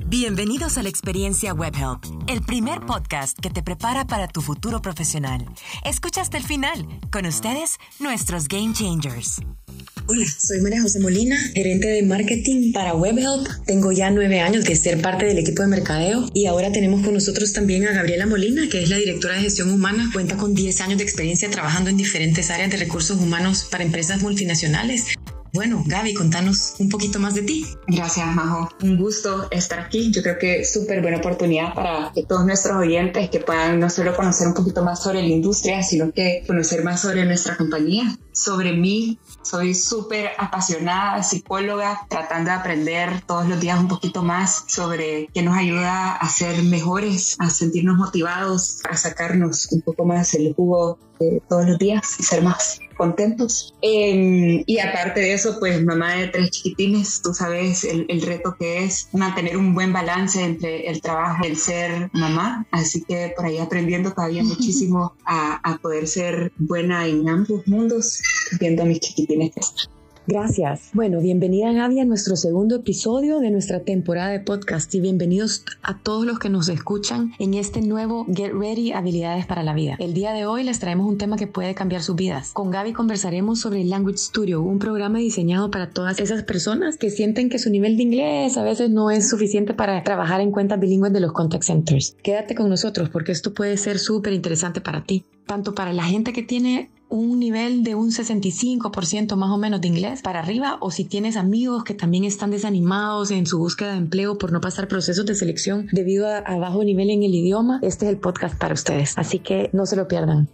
Bienvenidos a la experiencia WebHelp, el primer podcast que te prepara para tu futuro profesional. Escucha hasta el final. Con ustedes, nuestros Game Changers. Hola, soy María José Molina, gerente de marketing para WebHelp. Tengo ya 9 años de ser parte del equipo de mercadeo y ahora tenemos con nosotros también a Gabriela Molina, que es la directora de gestión humana. Cuenta con 10 años de experiencia trabajando en diferentes áreas de recursos humanos para empresas multinacionales. Bueno, Gaby, contanos un poquito más de ti. Gracias, Majo. Un gusto estar aquí. Yo creo que es súper buena oportunidad para que todos nuestros oyentes que puedan no solo conocer un poquito más sobre la industria, sino que conocer más sobre nuestra compañía. Sobre mí, soy súper apasionada psicóloga, tratando de aprender todos los días un poquito más sobre qué nos ayuda a ser mejores, a sentirnos motivados, a sacarnos un poco más el jugo de todos los días y ser más contentos. Y aparte de eso, pues mamá de 3 chiquitines, tú sabes el reto que es mantener un buen balance entre el trabajo y el ser mamá, así que por ahí aprendiendo todavía muchísimo a poder ser buena en ambos mundos, viendo a mis chiquitines. Gracias. Bueno, bienvenida Gaby a nuestro segundo episodio de nuestra temporada de podcast y bienvenidos a todos los que nos escuchan en este nuevo Get Ready Habilidades para la Vida. El día de hoy les traemos un tema que puede cambiar sus vidas. Con Gaby conversaremos sobre Language Studio, un programa diseñado para todas esas personas que sienten que su nivel de inglés a veces no es suficiente para trabajar en cuentas bilingües de los contact centers. Quédate con nosotros porque esto puede ser súper interesante para ti, tanto para la gente que tiene un nivel de un 65% más o menos de inglés para arriba, o si tienes amigos que también están desanimados en su búsqueda de empleo por no pasar procesos de selección debido a bajo nivel en el idioma, este es el podcast para ustedes, así que no se lo pierdan.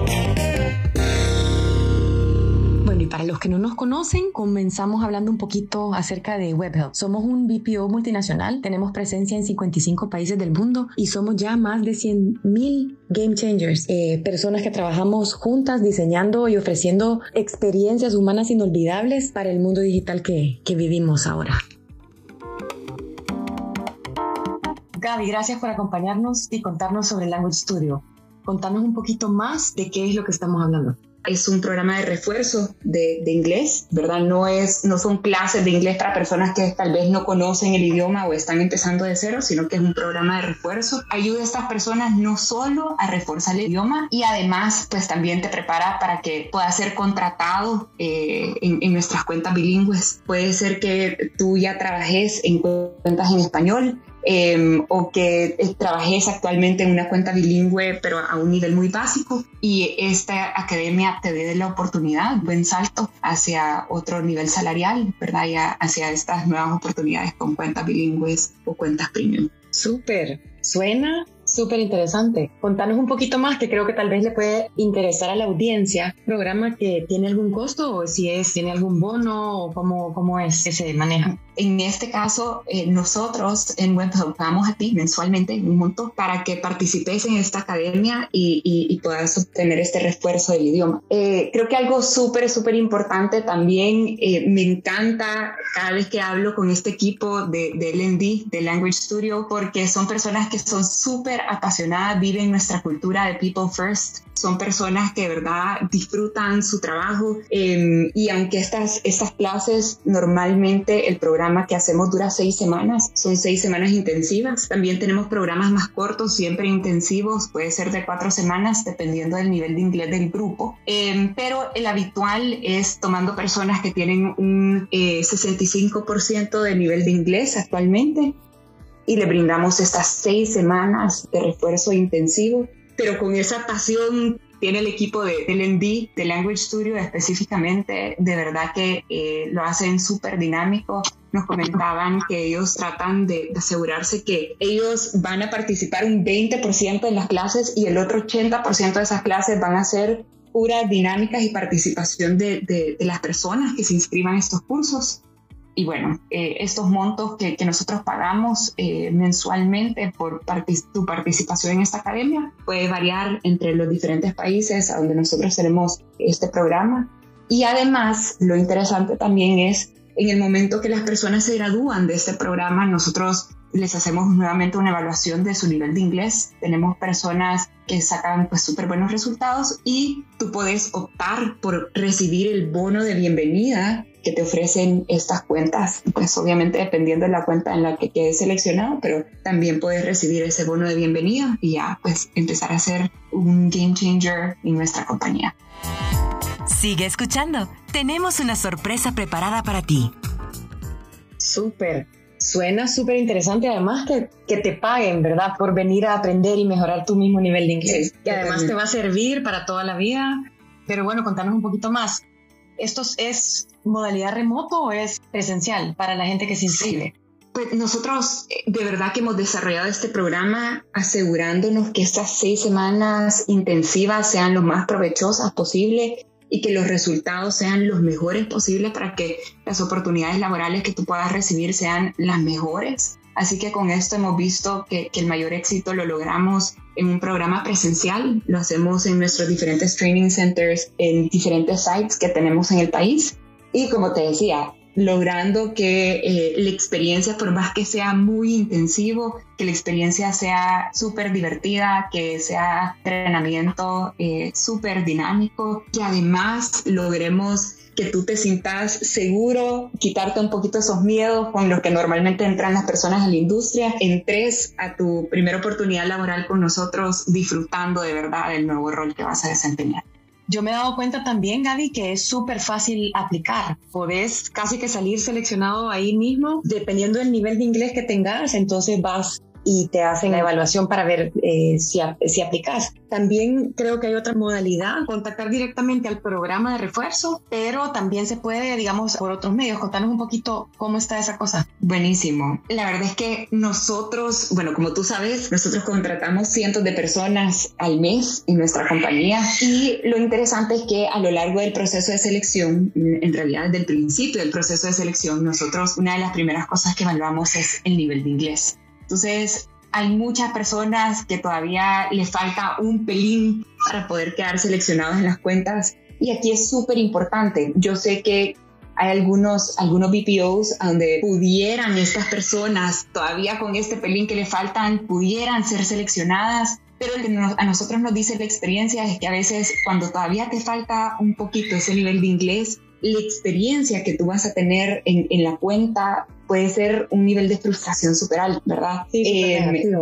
Bueno, y para los que no nos conocen, comenzamos hablando un poquito acerca de WebHelp. Somos un BPO multinacional, tenemos presencia en 55 países del mundo y somos ya más de 100,000 Game Changers, personas que trabajamos juntas diseñando y ofreciendo experiencias humanas inolvidables para el mundo digital que vivimos ahora. Gaby, gracias por acompañarnos y contarnos sobre Language Studio. Contanos un poquito más de qué es lo que estamos hablando. Es un programa de refuerzo de inglés, ¿verdad? No son clases de inglés para personas que tal vez no conocen el idioma o están empezando de cero, sino que es un programa de refuerzo. Ayuda a estas personas no solo a reforzar el idioma y además pues también te prepara para que puedas ser contratado en nuestras cuentas bilingües. Puede ser que tú ya trabajes en cuentas en español, o que trabajes actualmente en una cuenta bilingüe pero a un nivel muy básico y esta academia te dé la oportunidad, un buen salto hacia otro nivel salarial, ¿verdad? Y hacia estas nuevas oportunidades con cuentas bilingües o cuentas premium. Súper, suena súper interesante. Contanos un poquito más, que creo que tal vez le puede interesar a la audiencia. ¿Programa que tiene algún costo o si tiene algún bono o cómo es que se maneja? En este caso, nosotros en WebHelp pagamos a ti mensualmente un monto para que participes en esta academia y puedas obtener este refuerzo del idioma. Creo que algo súper importante también, me encanta cada vez que hablo con este equipo de L&D, de Language Studio, porque son personas que son súper apasionadas, viven nuestra cultura de People First. Son personas que de verdad disfrutan su trabajo y aunque estas clases normalmente el programa que hacemos dura 6 semanas, son 6 semanas intensivas. También tenemos programas más cortos, siempre intensivos, puede ser de 4 semanas dependiendo del nivel de inglés del grupo, pero el habitual es tomando personas que tienen un 65% de nivel de inglés actualmente y le brindamos estas 6 semanas de refuerzo intensivo, pero con esa pasión tiene el equipo de L&D, de Language Studio específicamente, de verdad que lo hacen súper dinámico. Nos comentaban que ellos tratan de asegurarse que ellos van a participar un 20% en las clases y el otro 80% de esas clases van a ser puras dinámicas y participación de las personas que se inscriban a estos cursos. Y bueno, estos montos que nosotros pagamos mensualmente por tu participación en esta academia puede variar entre los diferentes países a donde nosotros tenemos este programa. Y además, lo interesante también es, en el momento que las personas se gradúan de este programa, nosotros les hacemos nuevamente una evaluación de su nivel de inglés. Tenemos personas que sacan pues súper buenos resultados y tú puedes optar por recibir el bono de bienvenida que te ofrecen estas cuentas. Pues obviamente dependiendo de la cuenta en la que quedes seleccionado, pero también puedes recibir ese bono de bienvenida y ya pues empezar a ser un game changer en nuestra compañía. Sigue escuchando. Tenemos una sorpresa preparada para ti. Súper. Suena súper interesante, además que te paguen, ¿verdad? Por venir a aprender y mejorar tu mismo nivel de inglés. Sí, y además te va a servir para toda la vida. Pero bueno, contanos un poquito más. ¿Esto es modalidad remoto o es presencial para la gente que se inscribe? Pues nosotros de verdad que hemos desarrollado este programa asegurándonos que estas 6 semanas intensivas sean lo más provechosas posible y que los resultados sean los mejores posibles para que las oportunidades laborales que tú puedas recibir sean las mejores. Así que con esto hemos visto que el mayor éxito lo logramos en un programa presencial. Lo hacemos en nuestros diferentes training centers, en diferentes sites que tenemos en el país. Y como te decía, logrando que la experiencia, por más que sea muy intensivo, que la experiencia sea súper divertida, que sea entrenamiento súper dinámico, que además logremos que tú te sientas seguro, quitarte un poquito esos miedos con los que normalmente entran las personas a la industria, entres a tu primera oportunidad laboral con nosotros disfrutando de verdad del nuevo rol que vas a desempeñar. Yo me he dado cuenta también, Gaby, que es súper fácil aplicar. Podés casi que salir seleccionado ahí mismo, dependiendo del nivel de inglés que tengas, entonces vas y te hacen la evaluación para ver si aplicas. También creo que hay otra modalidad, contactar directamente al programa de refuerzo, pero también se puede, digamos, por otros medios. Contanos un poquito cómo está esa cosa. Buenísimo. La verdad es que nosotros, bueno, como tú sabes, nosotros contratamos cientos de personas al mes en nuestra compañía y lo interesante es que a lo largo del proceso de selección, en realidad desde el principio del proceso de selección, nosotros una de las primeras cosas que evaluamos es el nivel de inglés. Entonces, hay muchas personas que todavía les falta un pelín para poder quedar seleccionados en las cuentas. Y aquí es súper importante. Yo sé que hay algunos BPOs donde pudieran estas personas, todavía con este pelín que le faltan, pudieran ser seleccionadas. Pero lo que a nosotros nos dice la experiencia es que a veces cuando todavía te falta un poquito ese nivel de inglés, la experiencia que tú vas a tener en la cuenta puede ser un nivel de frustración súper alto, ¿verdad? Sí,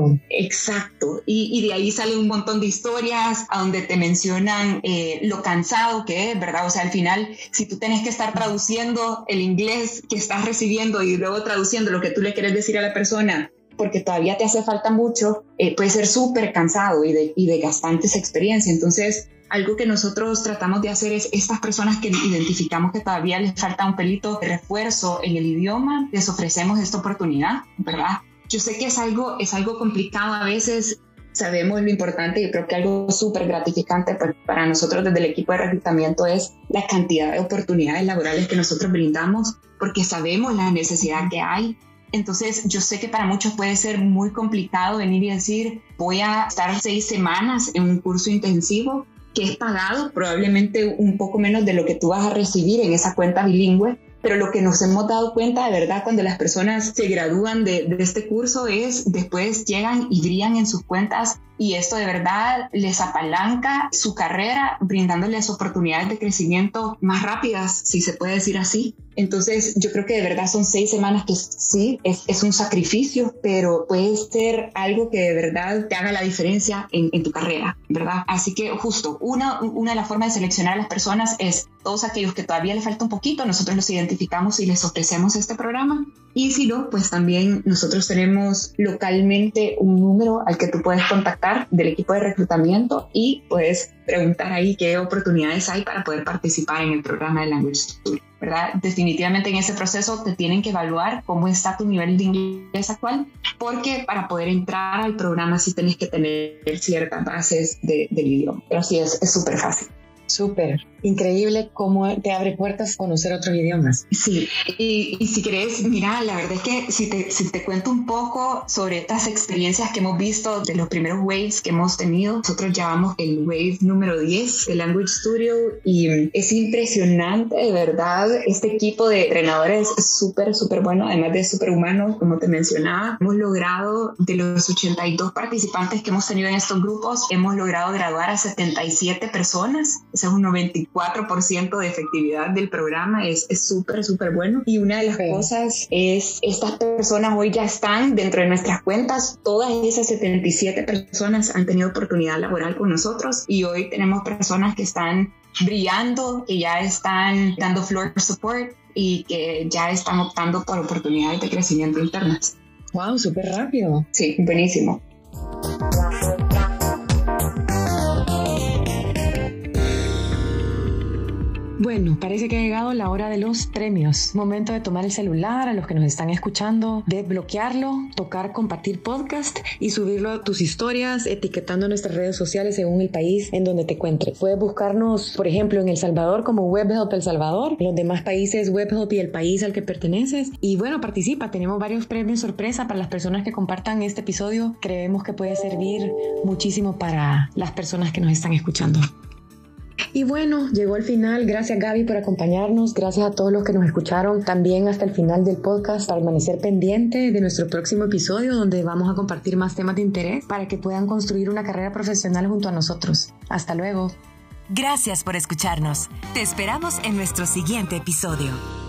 exacto. Y de ahí sale un montón de historias a donde te mencionan lo cansado que es, ¿verdad? O sea, al final, si tú tienes que estar traduciendo el inglés que estás recibiendo y luego traduciendo lo que tú le quieres decir a la persona, porque todavía te hace falta mucho, puede ser súper cansado y desgastante esa experiencia. Entonces, algo que nosotros tratamos de hacer es estas personas que identificamos que todavía les falta un pelito de refuerzo en el idioma, les ofrecemos esta oportunidad, ¿verdad? Yo sé que es algo complicado a veces, sabemos lo importante y creo que algo súper gratificante para nosotros desde el equipo de reclutamiento es la cantidad de oportunidades laborales que nosotros brindamos porque sabemos la necesidad que hay. Entonces yo sé que para muchos puede ser muy complicado venir y decir voy a estar 6 semanas en un curso intensivo que es pagado, probablemente un poco menos de lo que tú vas a recibir en esa cuenta bilingüe, pero lo que nos hemos dado cuenta de verdad cuando las personas se gradúan de este curso es después llegan y brillan en sus cuentas y esto de verdad les apalanca su carrera brindándoles oportunidades de crecimiento más rápidas, si se puede decir así. Entonces yo creo que de verdad son 6 semanas que sí, es un sacrificio, pero puede ser algo que de verdad te haga la diferencia en tu carrera, ¿verdad? Así que justo una de las formas de seleccionar a las personas es todos aquellos que todavía les falta un poquito, nosotros los identificamos y les ofrecemos este programa. Y si no, pues también nosotros tenemos localmente un número al que tú puedes contactar del equipo de reclutamiento y puedes preguntar ahí qué oportunidades hay para poder participar en el programa de Language Studio, ¿verdad? Definitivamente en ese proceso te tienen que evaluar cómo está tu nivel de inglés actual, porque para poder entrar al programa sí tienes que tener ciertas bases del idioma. Pero sí, es súper fácil. Súper. Increíble cómo te abre puertas a conocer otros idiomas. Sí, y si querés, mira, la verdad es que si te cuento un poco sobre estas experiencias que hemos visto de los primeros waves que hemos tenido, nosotros llevamos el wave número 10 de Language Studio y es impresionante, de verdad, este equipo de entrenadores es súper bueno, además de súper humano, como te mencionaba. Hemos logrado, de los 82 participantes que hemos tenido en estos grupos, hemos logrado graduar a 77 personas, ese es un 94%. 94% de efectividad del programa es súper, súper bueno. Y una de las cosas es, estas personas hoy ya están dentro de nuestras cuentas. Todas esas 77 personas han tenido oportunidad laboral con nosotros y hoy tenemos personas que están brillando, que ya están dando floor support y que ya están optando por oportunidades de crecimiento internas. ¡Wow! Súper rápido. Sí, buenísimo. Bueno, parece que ha llegado la hora de los premios. Momento de tomar el celular a los que nos están escuchando, desbloquearlo, tocar compartir podcast y subirlo a tus historias, etiquetando nuestras redes sociales según el país en donde te encuentres. Puedes buscarnos, por ejemplo, en El Salvador como WebHelp El Salvador, en los demás países WebHelp y el país al que perteneces. Y bueno, participa. Tenemos varios premios sorpresa para las personas que compartan este episodio. Creemos que puede servir muchísimo para las personas que nos están escuchando. Y bueno, llegó el final. Gracias, Gaby, por acompañarnos. Gracias a todos los que nos escucharon también hasta el final del podcast. Permanecer pendiente de nuestro próximo episodio donde vamos a compartir más temas de interés para que puedan construir una carrera profesional junto a nosotros. Hasta luego. Gracias por escucharnos. Te esperamos en nuestro siguiente episodio.